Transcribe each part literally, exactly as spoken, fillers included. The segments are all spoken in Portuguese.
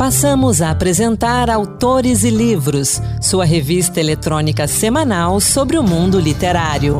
Passamos a apresentar Autores e Livros, sua revista eletrônica semanal sobre o mundo literário.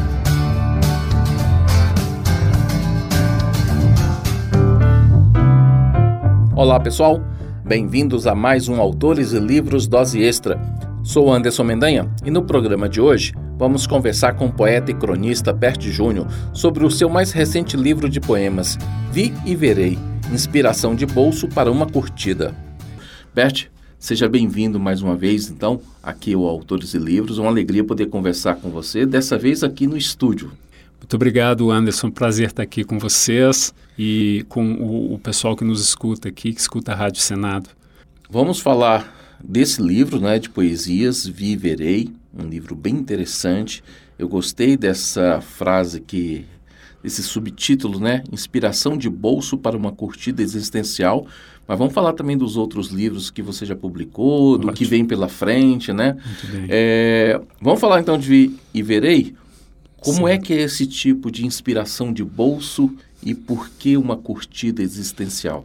Olá pessoal, bem-vindos a mais um Autores e Livros Dose Extra. Sou Anderson Mendanha e no programa de hoje vamos conversar com o poeta e cronista Bert Júnior sobre o seu mais recente livro de poemas, Vi e Verei, inspiração de bolso para uma curtida. Bert, seja bem-vindo mais uma vez, então, aqui ao Autores e Livros. Uma alegria poder conversar com você, dessa vez aqui no estúdio. Muito obrigado, Anderson. Prazer estar aqui com vocês e com o, o pessoal que nos escuta aqui, que escuta a Rádio Senado. Vamos falar desse livro, né, de poesias, Vi e Verei, um livro bem interessante. Eu gostei dessa frase que... esse subtítulo, né? Inspiração de bolso para uma curtida existencial. Mas vamos falar também dos outros livros que você já publicou, Ótimo. Do que vem pela frente, né? Muito bem. É, vamos falar então de Vi e Verei. Como Sim. é que é esse tipo de inspiração de bolso e por que uma curtida existencial?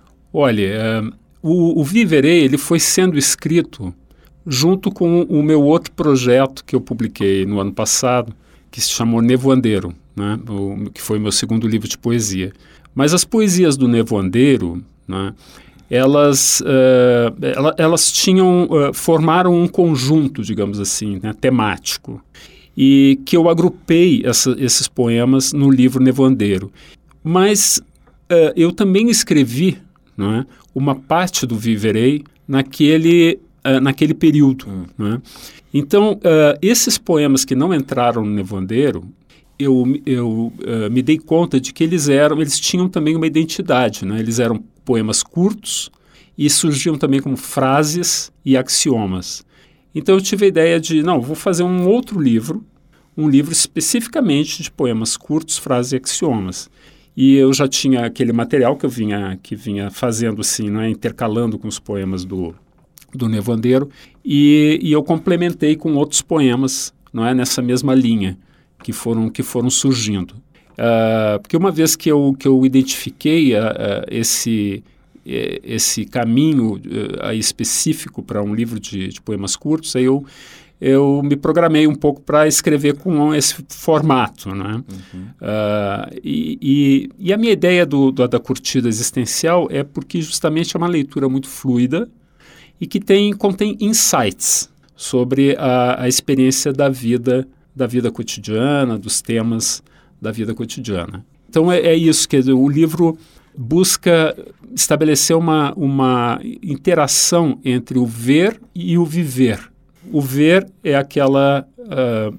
Olha, uh, o, o Vi e Verei, ele foi sendo escrito junto com o meu outro projeto que eu publiquei no ano passado, que se chamou Nevoandeiro, né? O, que foi o meu segundo livro de poesia. Mas as poesias do Nevoandeiro, né, elas, uh, ela, elas tinham, uh, formaram um conjunto, digamos assim, né, temático, e que eu agrupei essa, esses poemas no livro Nevoandeiro. Mas uh, eu também escrevi, né, uma parte do Vi e Verei naquele, uh, naquele período. Hum. Né? Então, uh, esses poemas que não entraram no Nevoandeiro, eu, eu uh, me dei conta de que eles eram, eles tinham também uma identidade, né? Eles eram poemas curtos e surgiam também como frases e axiomas. Então eu tive a ideia de, não, vou fazer um outro livro, um livro especificamente de poemas curtos, frases e axiomas. E eu já tinha aquele material que eu vinha, que vinha fazendo assim, né? Intercalando com os poemas do, do Nevoandeiro, e, e eu complementei com outros poemas, não é, nessa mesma linha, que foram, que foram surgindo. Uh, porque uma vez que eu, que eu identifiquei uh, uh, esse, uh, esse caminho uh, aí específico para um livro de, de poemas curtos, aí eu, eu me programei um pouco para escrever com esse formato. Né? Uhum. Uh, e, e, e a minha ideia do, do, da curtida existencial é porque justamente é uma leitura muito fluida e que tem, contém insights sobre a, a experiência da vida da vida cotidiana, dos temas da vida cotidiana. Então é, é isso, quer dizer, o livro busca estabelecer uma, uma interação entre o ver e o viver. O ver é aquela... Uh,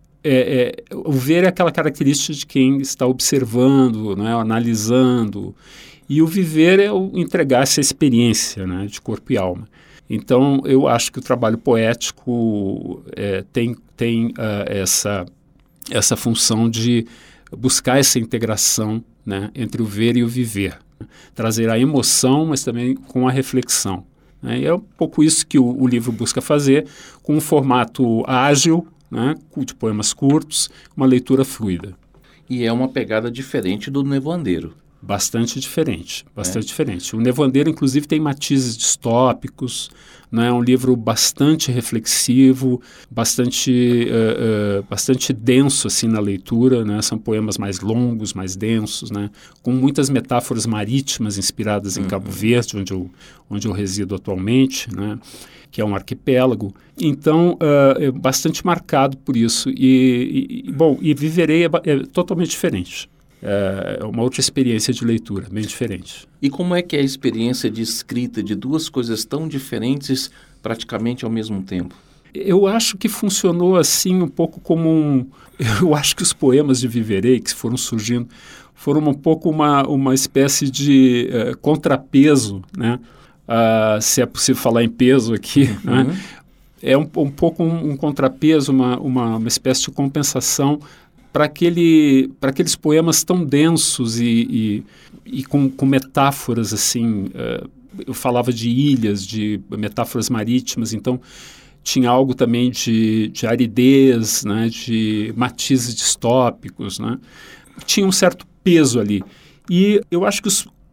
é, é, o ver é aquela característica de quem está observando, né, analisando, e o viver é o entregar essa experiência, né, de corpo e alma. Então, eu acho que o trabalho poético é, tem, tem uh, essa, essa função de buscar essa integração, né, entre o ver e o viver. Trazer a emoção, mas também com a reflexão. Né? E é um pouco isso que o, o livro busca fazer, com um formato ágil, né, de poemas curtos, uma leitura fluida. E é uma pegada diferente do Nevoandeiro. Bastante diferente, bastante é. diferente. O Nevoandeiro, inclusive, tem matizes distópicos, né? É um livro bastante reflexivo, bastante, uh, uh, bastante denso assim, na leitura, né? São poemas mais longos, mais densos, né? Com muitas metáforas marítimas inspiradas em uhum. Cabo Verde, onde eu, onde eu resido atualmente, né? Que é um arquipélago. Então, uh, é bastante marcado por isso. E, e, bom, e Vi e Verei é, é totalmente diferente. É uma outra experiência de leitura, bem diferente. E como é que é a experiência de escrita de duas coisas tão diferentes praticamente ao mesmo tempo? Eu acho que funcionou assim um pouco como um... Eu acho que os poemas de Vi e Verei que foram surgindo foram um pouco uma, uma espécie de uh, contrapeso, né? Uh, se é possível falar em peso aqui, uhum. né? É um, um pouco um, um contrapeso, uma, uma, uma espécie de compensação para aquele, para aqueles poemas tão densos e, e, e com, com metáforas assim, uh, eu falava de ilhas, de metáforas marítimas, então tinha algo também de, de aridez, né, de matizes distópicos, né? Tinha um certo peso ali. E eu acho que os,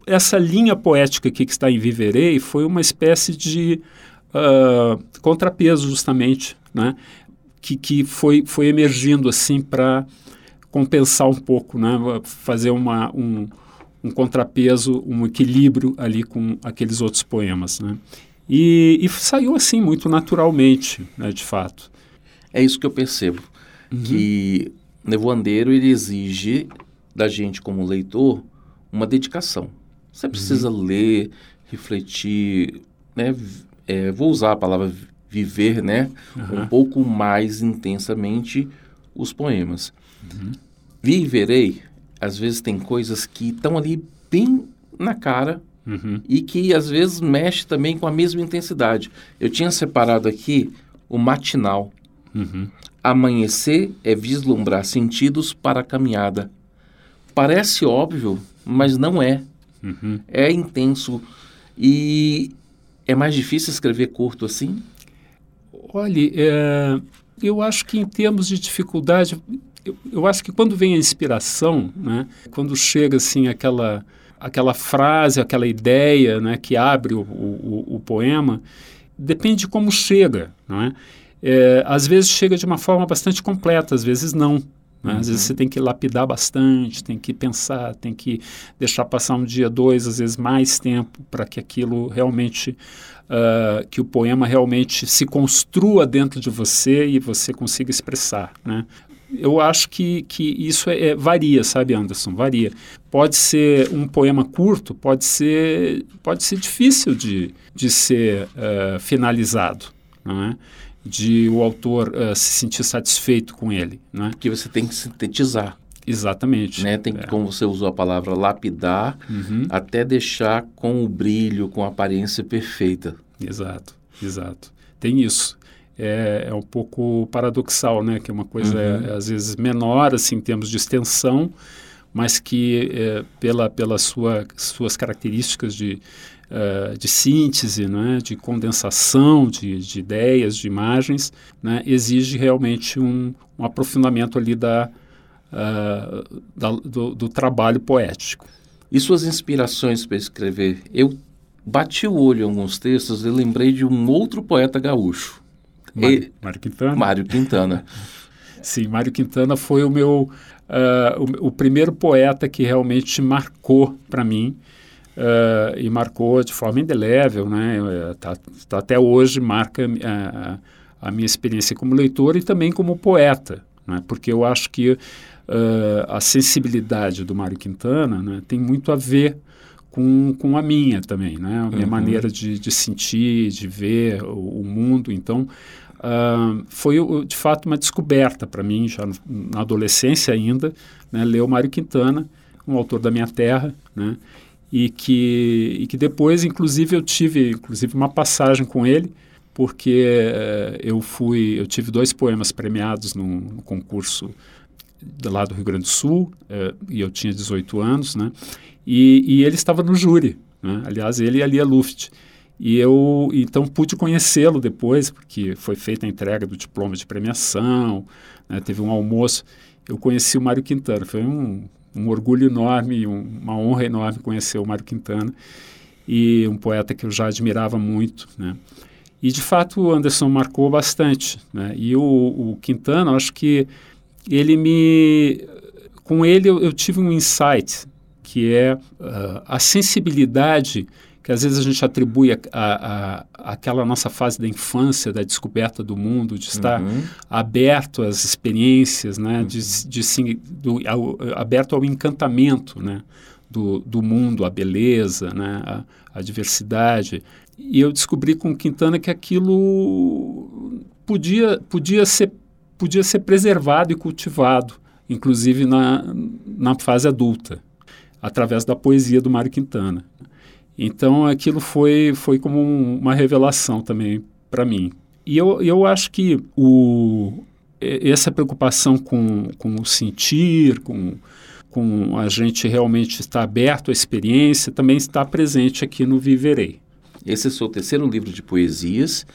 essa linha poética aqui que está em Viverei foi uma espécie de uh, contrapeso, justamente, né? que, que foi, foi emergindo assim para compensar um pouco, né? Fazer uma, um, um contrapeso, um equilíbrio ali com aqueles outros poemas. Né? E, e saiu assim muito naturalmente, né, de fato. É isso que eu percebo, uhum. que Nevoandeiro ele exige da gente como leitor uma dedicação. Você precisa uhum. ler, refletir, né? É, vou usar a palavra viver, né? Uhum. um pouco mais intensamente os poemas. Uhum. Viverei, às vezes tem coisas que estão ali bem na cara uhum. e que às vezes mexe também com a mesma intensidade. Eu tinha separado aqui o matinal. Uhum. Amanhecer é vislumbrar sentidos para a caminhada. Parece óbvio, mas não é. Uhum. É intenso. E é mais difícil escrever curto assim? Olha, é, eu acho que em termos de dificuldade, eu, eu acho que quando vem a inspiração, né, quando chega assim aquela, aquela frase, aquela ideia, né, que abre o, o, o poema, depende de como chega, não é? É, às vezes chega de uma forma bastante completa, às vezes não. Né? Às uhum. vezes você tem que lapidar bastante, tem que pensar, tem que deixar passar um dia, dois, às vezes mais tempo para que aquilo realmente, uh, que o poema realmente se construa dentro de você e você consiga expressar, né? Eu acho que, que isso é, é, varia, sabe, Anderson? Varia. Pode ser um poema curto, pode ser, pode ser difícil de, de ser uh, finalizado, não é? De o autor uh, se sentir satisfeito com ele, né? Porque você tem que sintetizar. Exatamente. Né? Tem que, é. como você usou a palavra, lapidar, uhum. até deixar com o brilho, com a aparência perfeita. Exato, exato. Tem isso. É, é um pouco paradoxal, né? Que é uma coisa, uhum. é, às vezes, menor, assim, em termos de extensão, mas que, é, pela, pela sua, suas características de... Uh, de síntese, né, de condensação de, de ideias, de imagens, né, exige realmente um, um aprofundamento ali da, uh, da, do, do trabalho poético. E suas inspirações para escrever? Eu bati o olho em alguns textos e lembrei de um outro poeta gaúcho. Mário, e... Mário Quintana. Mário Quintana. Sim, Mário Quintana foi o meu uh, o, o primeiro poeta que realmente marcou para mim. Uh, e marcou de forma indelével, né? Tá, tá até hoje marca a, a minha experiência como leitor e também como poeta, né? Porque eu acho que uh, a sensibilidade do Mário Quintana, né, tem muito a ver com, com a minha também, né? A minha uhum. maneira de, de sentir, de ver o, o mundo. Então, uh, foi de fato uma descoberta para mim, já na adolescência ainda, né? Ler o Mário Quintana, um autor da minha terra, né? E que, e que depois, inclusive, eu tive inclusive uma passagem com ele, porque uh, eu fui, eu tive dois poemas premiados no, no concurso do lado do Rio Grande do Sul, uh, e eu tinha dezoito anos, né? E, e ele estava no júri, né? Aliás, ele e a Lia Luft. E eu, então, pude conhecê-lo depois, porque foi feita a entrega do diploma de premiação, né? Teve um almoço. Eu conheci o Mário Quintana, foi um... um orgulho enorme, um, uma honra enorme conhecer o Mário Quintana, e um poeta que eu já admirava muito, né? E, de fato, o Anderson marcou bastante, né? E o, o Quintana, acho que ele me... Com ele eu, eu tive um insight, que é uh, a sensibilidade que às vezes a gente atribui a, a, a, àquela nossa fase da infância, da descoberta do mundo, de estar uhum. aberto às experiências, né? Uhum. de, de, sim, do, ao, aberto ao encantamento, né? do, do mundo, à beleza, né? a, a diversidade. E eu descobri com Quintana que aquilo podia, podia, ser, podia ser preservado e cultivado, inclusive na, na fase adulta, através da poesia do Mário Quintana. Então, aquilo foi, foi como um, uma revelação também para mim. E eu, eu acho que o, essa preocupação com, com o sentir, com, com a gente realmente estar aberto à experiência, também está presente aqui no Viverei. Esse é o seu terceiro livro de poesias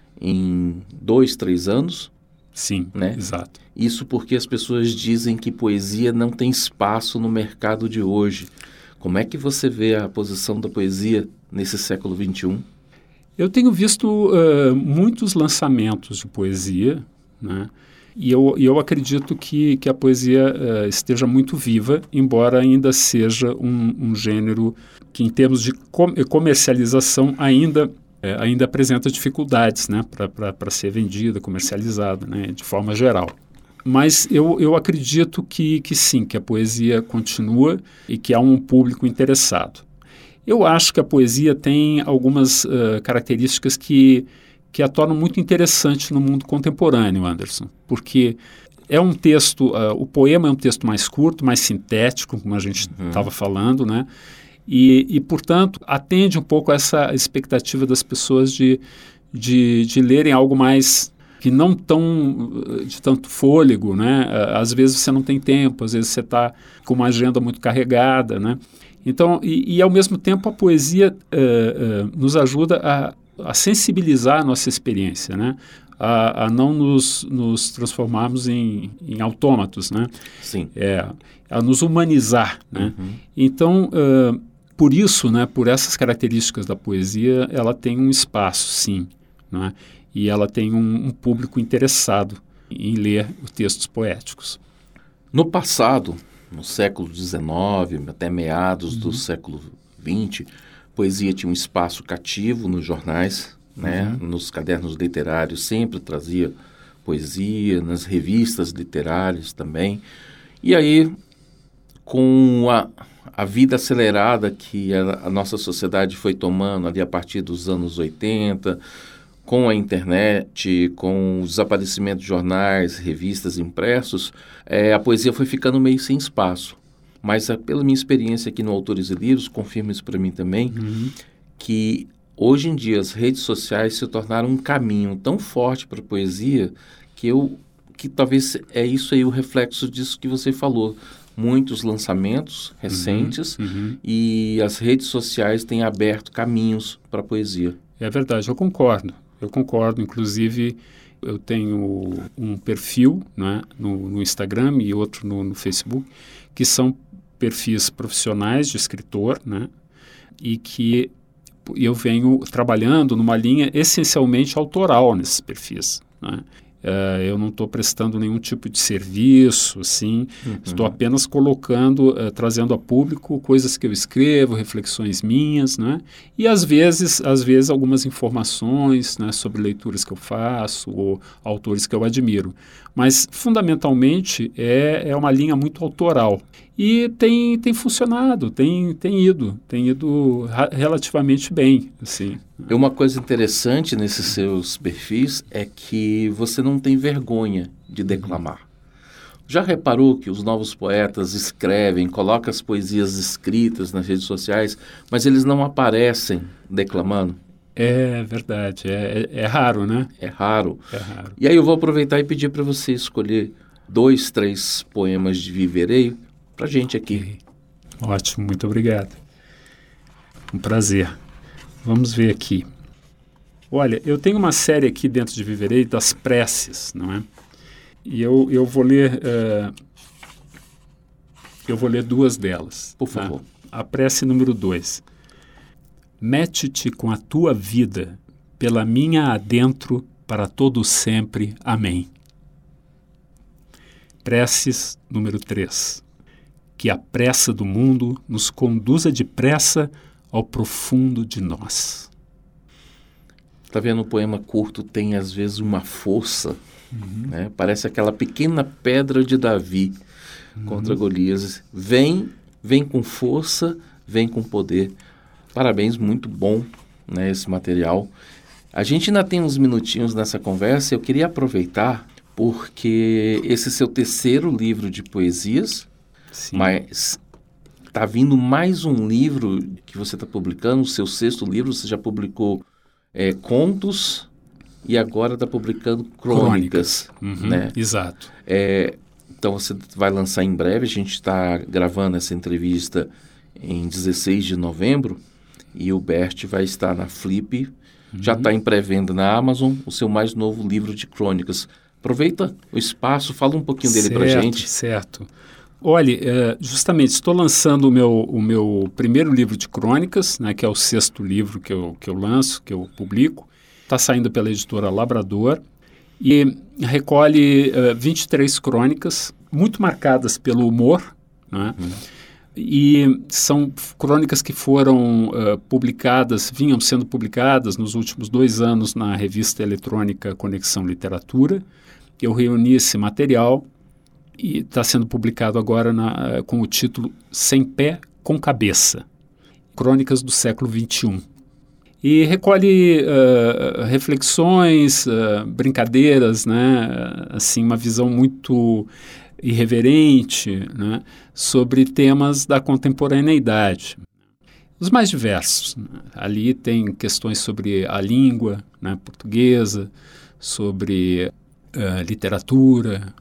em dois, três anos? Sim, né? Exato. Isso porque as pessoas dizem que poesia não tem espaço no mercado de hoje. Como é que você vê a posição da poesia nesse século vinte e um? Eu tenho visto uh, muitos lançamentos de poesia, né? E eu, eu acredito que, que a poesia uh, esteja muito viva, embora ainda seja um, um gênero que, em termos de com- comercialização, ainda, é, ainda apresenta dificuldades, né, para ser vendida, comercializada, né, de forma geral. Mas eu, eu acredito que, que sim, que a poesia continua e que há um público interessado. Eu acho que a poesia tem algumas uh, características que, que a tornam muito interessante no mundo contemporâneo, Anderson, porque é um texto, uh, o poema é um texto mais curto, mais sintético, como a gente estava uhum. falando, né? E, e, portanto, atende um pouco a essa expectativa das pessoas de, de, de lerem algo mais que não tão de tanto fôlego, né? Às vezes você não tem tempo, às vezes você está com uma agenda muito carregada, né? Então, e, e ao mesmo tempo a poesia uh, uh, nos ajuda a, a sensibilizar a nossa experiência, né? A, a não nos, nos transformarmos em, em autômatos, né? Sim. É, a nos humanizar, né? Uhum. Então, uh, por isso, né, por essas características da poesia, ela tem um espaço, sim, né? E ela tem um, um público interessado em ler os textos poéticos. No passado, no século dezenove, até meados uhum. do século vinte, poesia tinha um espaço cativo nos jornais, uhum. né? Nos cadernos literários sempre trazia poesia, nas revistas literárias também. E aí, com a, a vida acelerada que a, a nossa sociedade foi tomando ali a partir dos anos oitenta, com a internet, com o desaparecimento de jornais, revistas impressos, é, a poesia foi ficando meio sem espaço. Mas, a, pela minha experiência aqui no Autores e Livros, confirma isso para mim também, uhum. que hoje em dia as redes sociais se tornaram um caminho tão forte para a poesia que, eu, que talvez é isso aí o reflexo disso que você falou. Muitos lançamentos recentes uhum. Uhum. e as redes sociais têm aberto caminhos para a poesia. É verdade, eu concordo. Eu concordo, inclusive eu tenho um perfil, né, no, no Instagram e outro no, no Facebook, que são perfis profissionais de escritor, né, e que eu venho trabalhando numa linha essencialmente autoral nesses perfis, né. Uh, eu não estou prestando nenhum tipo de serviço, assim, uhum. estou apenas colocando, uh, trazendo a público coisas que eu escrevo, reflexões minhas, né? E às vezes, às vezes algumas informações, né, sobre leituras que eu faço ou autores que eu admiro. Mas, fundamentalmente, é, é uma linha muito autoral. E tem, tem funcionado, tem, tem ido, tem ido ra- relativamente bem, assim. E uma coisa interessante nesses seus perfis é que você não tem vergonha de declamar. Já reparou que os novos poetas escrevem, colocam as poesias escritas nas redes sociais, mas eles não aparecem declamando? É verdade, é, é, é raro, né? É raro. É raro. E aí eu vou aproveitar e pedir para você escolher dois, três poemas de Vivereio para a gente aqui. Ótimo, muito obrigado. Um prazer. Vamos ver aqui. Olha, eu tenho uma série aqui dentro de Vivereio das preces, não é? E eu, eu vou ler uh, eu vou ler duas delas. Por favor. Tá? A prece número dois. Mete-te com a tua vida pela minha adentro para todo sempre. Amém. Preces número três. Que a pressa do mundo nos conduza depressa ao profundo de nós. Tá vendo? O poema curto tem às vezes uma força, uhum. né? Parece aquela pequena pedra de Davi uhum. contra Golias. Vem, vem com força, vem com poder. Parabéns, muito bom, né, esse material. A gente ainda tem uns minutinhos nessa conversa. Eu queria aproveitar porque esse é seu terceiro livro de poesias, Sim. mas está vindo mais um livro que você está publicando, o seu sexto livro. Você já publicou é, contos e agora está publicando crônicas. crônicas. Uhum, né? Exato. É, então você vai lançar em breve. A gente está gravando essa entrevista em dezesseis de novembro e o Bert vai estar na Flip. Uhum. Já está em pré-venda na Amazon o seu mais novo livro de crônicas. Aproveita o espaço, fala um pouquinho dele para a gente. Certo. Olha, é, justamente estou lançando o meu, o meu primeiro livro de crônicas, né, que é o sexto livro que eu, que eu lanço, que eu publico. Está saindo pela editora Labrador e recolhe uh, vinte e três crônicas, muito marcadas pelo humor, né? Uhum. E são crônicas que foram uh, publicadas, vinham sendo publicadas nos últimos dois anos na revista eletrônica Conexão Literatura. Eu reuni esse material e está sendo publicado agora na, com o título Sem Pé com Cabeça, Crônicas do Século vinte e um. E recolhe uh, reflexões, uh, brincadeiras, né? Assim, uma visão muito irreverente, né? Sobre temas da contemporaneidade. Os mais diversos. Né? Ali tem questões sobre a língua, né, portuguesa, sobre uh, literatura,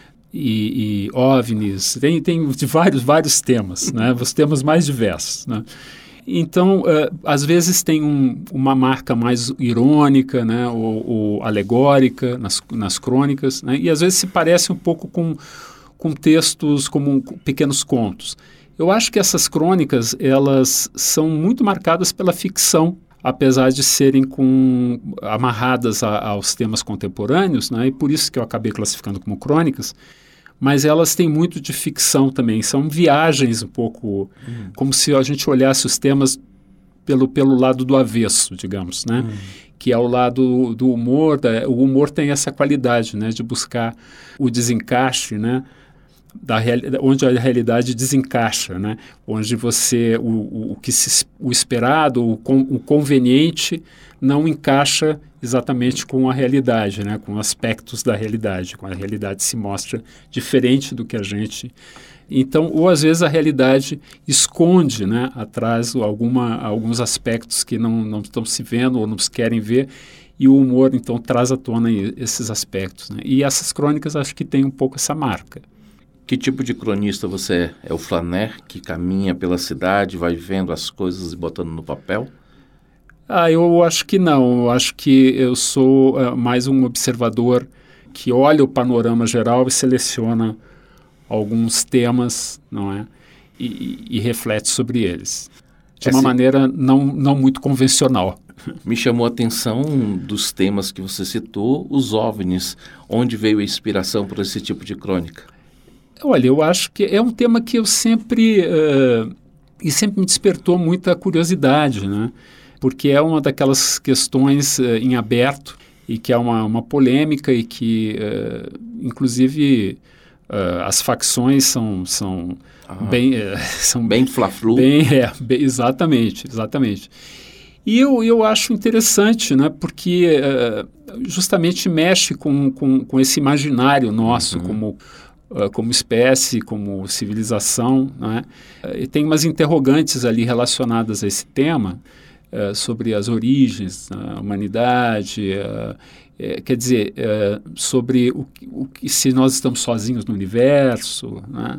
E, e OVNIs, tem, tem de vários, vários temas, né? Os temas mais diversos, né? Então, uh, às vezes tem um, uma marca mais irônica, né? ou, ou alegórica nas, nas crônicas, né? E às vezes se parece um pouco com, com textos como com pequenos contos. Eu acho que essas crônicas, elas são muito marcadas pela ficção, apesar de serem com, amarradas a, aos temas contemporâneos, né? E por isso que eu acabei classificando como crônicas, mas elas têm muito de ficção também, são viagens um pouco, hum. como se a gente olhasse os temas pelo, pelo lado do avesso, digamos, né? Hum. Que é o lado do humor. Da, o humor tem essa qualidade, né? De buscar o desencaixe, né? Da real, onde a realidade desencaixa, né? Onde você, o, o, o, que se, o esperado, o, con, o conveniente não encaixa exatamente com a realidade, né? Com aspectos da realidade, com a realidade se mostra diferente do que a gente... Então, ou às vezes a realidade esconde, né? Atrás alguma, alguns aspectos que não, não estão se vendo ou não se querem ver, e o humor, então, traz à tona esses aspectos, né? E essas crônicas acho que têm um pouco essa marca. Que tipo de cronista você é? É o flaner que caminha pela cidade, vai vendo as coisas e botando no papel? Ah, eu acho que não. Eu acho que eu sou uh, mais um observador que olha o panorama geral e seleciona alguns temas, não é? E, e, e reflete sobre eles. De uma Essa... maneira não, não muito convencional. Me chamou a atenção dos temas que você citou, os OVNIs. Onde veio a inspiração por esse tipo de crônica? Olha, eu acho que é um tema que eu sempre... Uh, e sempre me despertou muita curiosidade, né? Porque é uma daquelas questões uh, em aberto e que é uma, uma polêmica e que, uh, inclusive, uh, as facções são, são ah, bem... Uh, são bem fla-flu. Bem, é, bem, exatamente, exatamente. E eu, eu acho interessante, né? Porque uh, justamente mexe com, com, com esse imaginário nosso, uhum. como... Uh, como espécie, como civilização, né? Uh, e tem umas interrogantes ali relacionadas a esse tema, uh, sobre as origens da humanidade, uh, uh, quer dizer, uh, sobre o, o que se nós estamos sozinhos no universo, né?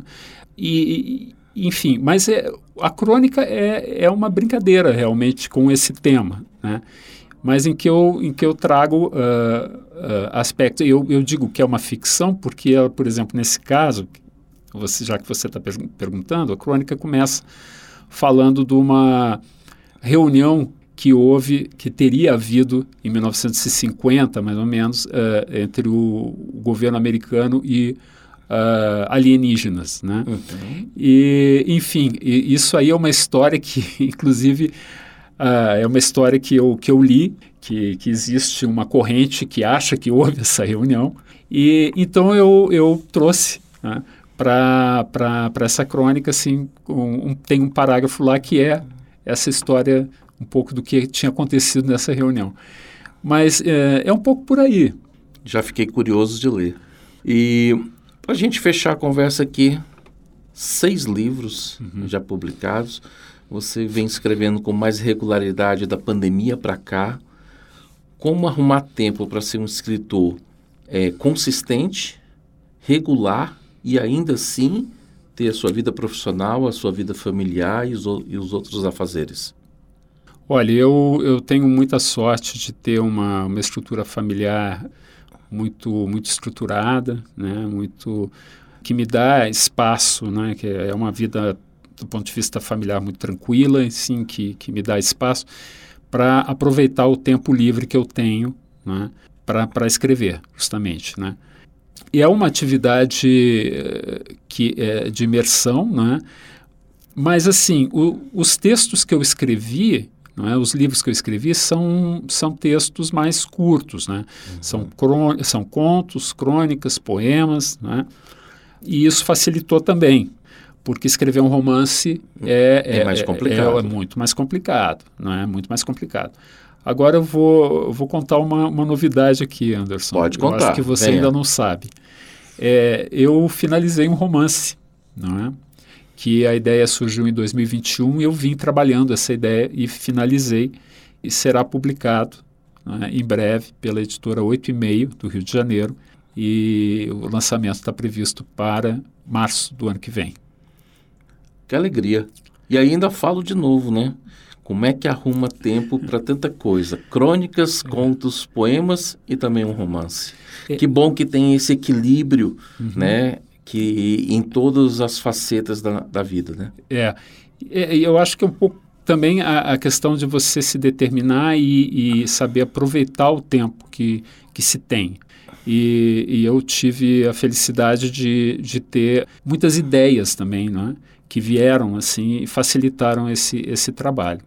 E, e, enfim, mas é, a crônica é, é uma brincadeira realmente com esse tema, né? Mas em que eu, em que eu trago uh, uh, aspectos. Eu, eu digo que é uma ficção porque, ela, por exemplo, nesse caso, você, já que você está per perguntando, a crônica começa falando de uma reunião que houve, que teria havido em mil novecentos e cinquenta, mais ou menos, uh, entre o, o governo americano e uh, alienígenas, né? Uhum. E, enfim, e isso aí é uma história que, inclusive... Uh, é uma história que eu, que eu li, que, que existe uma corrente que acha que houve essa reunião, e então eu, eu trouxe, né, para essa crônica, assim, um, um, tem um parágrafo lá que é essa história, um pouco do que tinha acontecido nessa reunião. Mas é, é um pouco por aí. Já fiquei curioso de ler. E para a gente fechar a conversa aqui, seis livros uhum. já publicados. Você vem escrevendo com mais regularidade da pandemia para cá. Como arrumar tempo para ser um escritor é, consistente, regular e ainda assim ter a sua vida profissional, a sua vida familiar e os, e os outros afazeres? Olha, eu, eu tenho muita sorte de ter uma, uma estrutura familiar muito, muito estruturada, né? Muito... que me dá espaço, né, que é uma vida do ponto de vista familiar muito tranquila, e sim, que, que me dá espaço para aproveitar o tempo livre que eu tenho, né, para escrever, justamente, né. E é uma atividade que é de imersão, né, mas assim, o, os textos que eu escrevi, não é, os livros que eu escrevi são, são textos mais curtos, né, uhum. são, crô, são contos, crônicas, poemas, né, e isso facilitou também, porque escrever um romance é, é, é mais complicado. É, é muito mais complicado, não é? Muito mais complicado. Agora eu vou, eu vou contar uma, uma novidade aqui, Anderson. Pode contar. Eu acho que você Venha. ainda não sabe. É, eu finalizei um romance, não é? Que a ideia surgiu em dois mil e vinte e um e eu vim trabalhando essa ideia e finalizei e será publicado, né, em breve pela editora oito e meio do Rio de Janeiro, e o lançamento está previsto para março do ano que vem. Que alegria. E ainda falo de novo, né? Como é que arruma tempo para tanta coisa? Crônicas, é. contos, poemas e também um romance. É. Que bom que tem esse equilíbrio, uhum. né? Que em todas as facetas da, da vida, né? É. E eu acho que é um pouco também a, a questão de você se determinar e, e saber aproveitar o tempo que, que se tem. E, e eu tive a felicidade de, de ter muitas ideias também, não é? Que vieram assim e facilitaram esse, esse trabalho.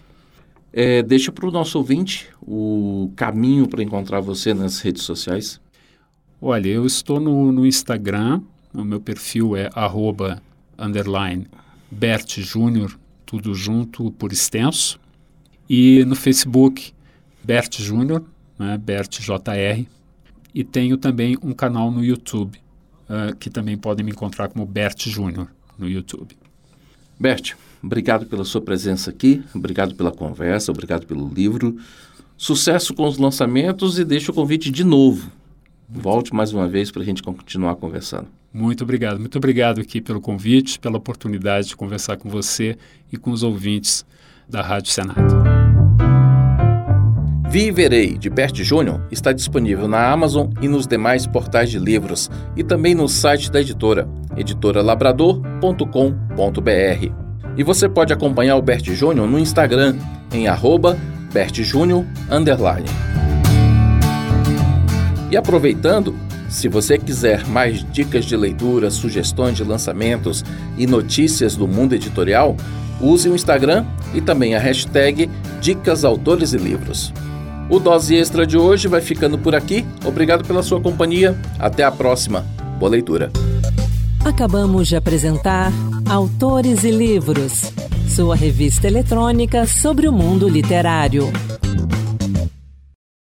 É, deixa para o nosso ouvinte o caminho para encontrar você nas redes sociais. Olha, eu estou no, no Instagram, o meu perfil é arroba, underline, Bert Júnior, tudo junto por extenso, e no Facebook, Bert Júnior, né, Bert J R, e tenho também um canal no YouTube, uh, que também podem me encontrar como Bert Júnior no YouTube. Bert, obrigado pela sua presença aqui, obrigado pela conversa, obrigado pelo livro. Sucesso com os lançamentos e deixo o convite de novo. Volte mais uma vez para a gente continuar conversando. Muito obrigado. Muito obrigado aqui pelo convite, pela oportunidade de conversar com você e com os ouvintes da Rádio Senado. Viverei, de Bert Júnior, está disponível na Amazon e nos demais portais de livros e também no site da editora, editora labrador ponto com ponto b r. E você pode acompanhar o Bert Júnior no Instagram, em arroba bertjunior underline. E aproveitando, se você quiser mais dicas de leitura, sugestões de lançamentos e notícias do mundo editorial, use o Instagram e também a hashtag Dicas Autores e Livros. O Dose Extra de hoje vai ficando por aqui. Obrigado pela sua companhia. Até a próxima. Boa leitura. Acabamos de apresentar Autores e Livros, sua revista eletrônica sobre o mundo literário.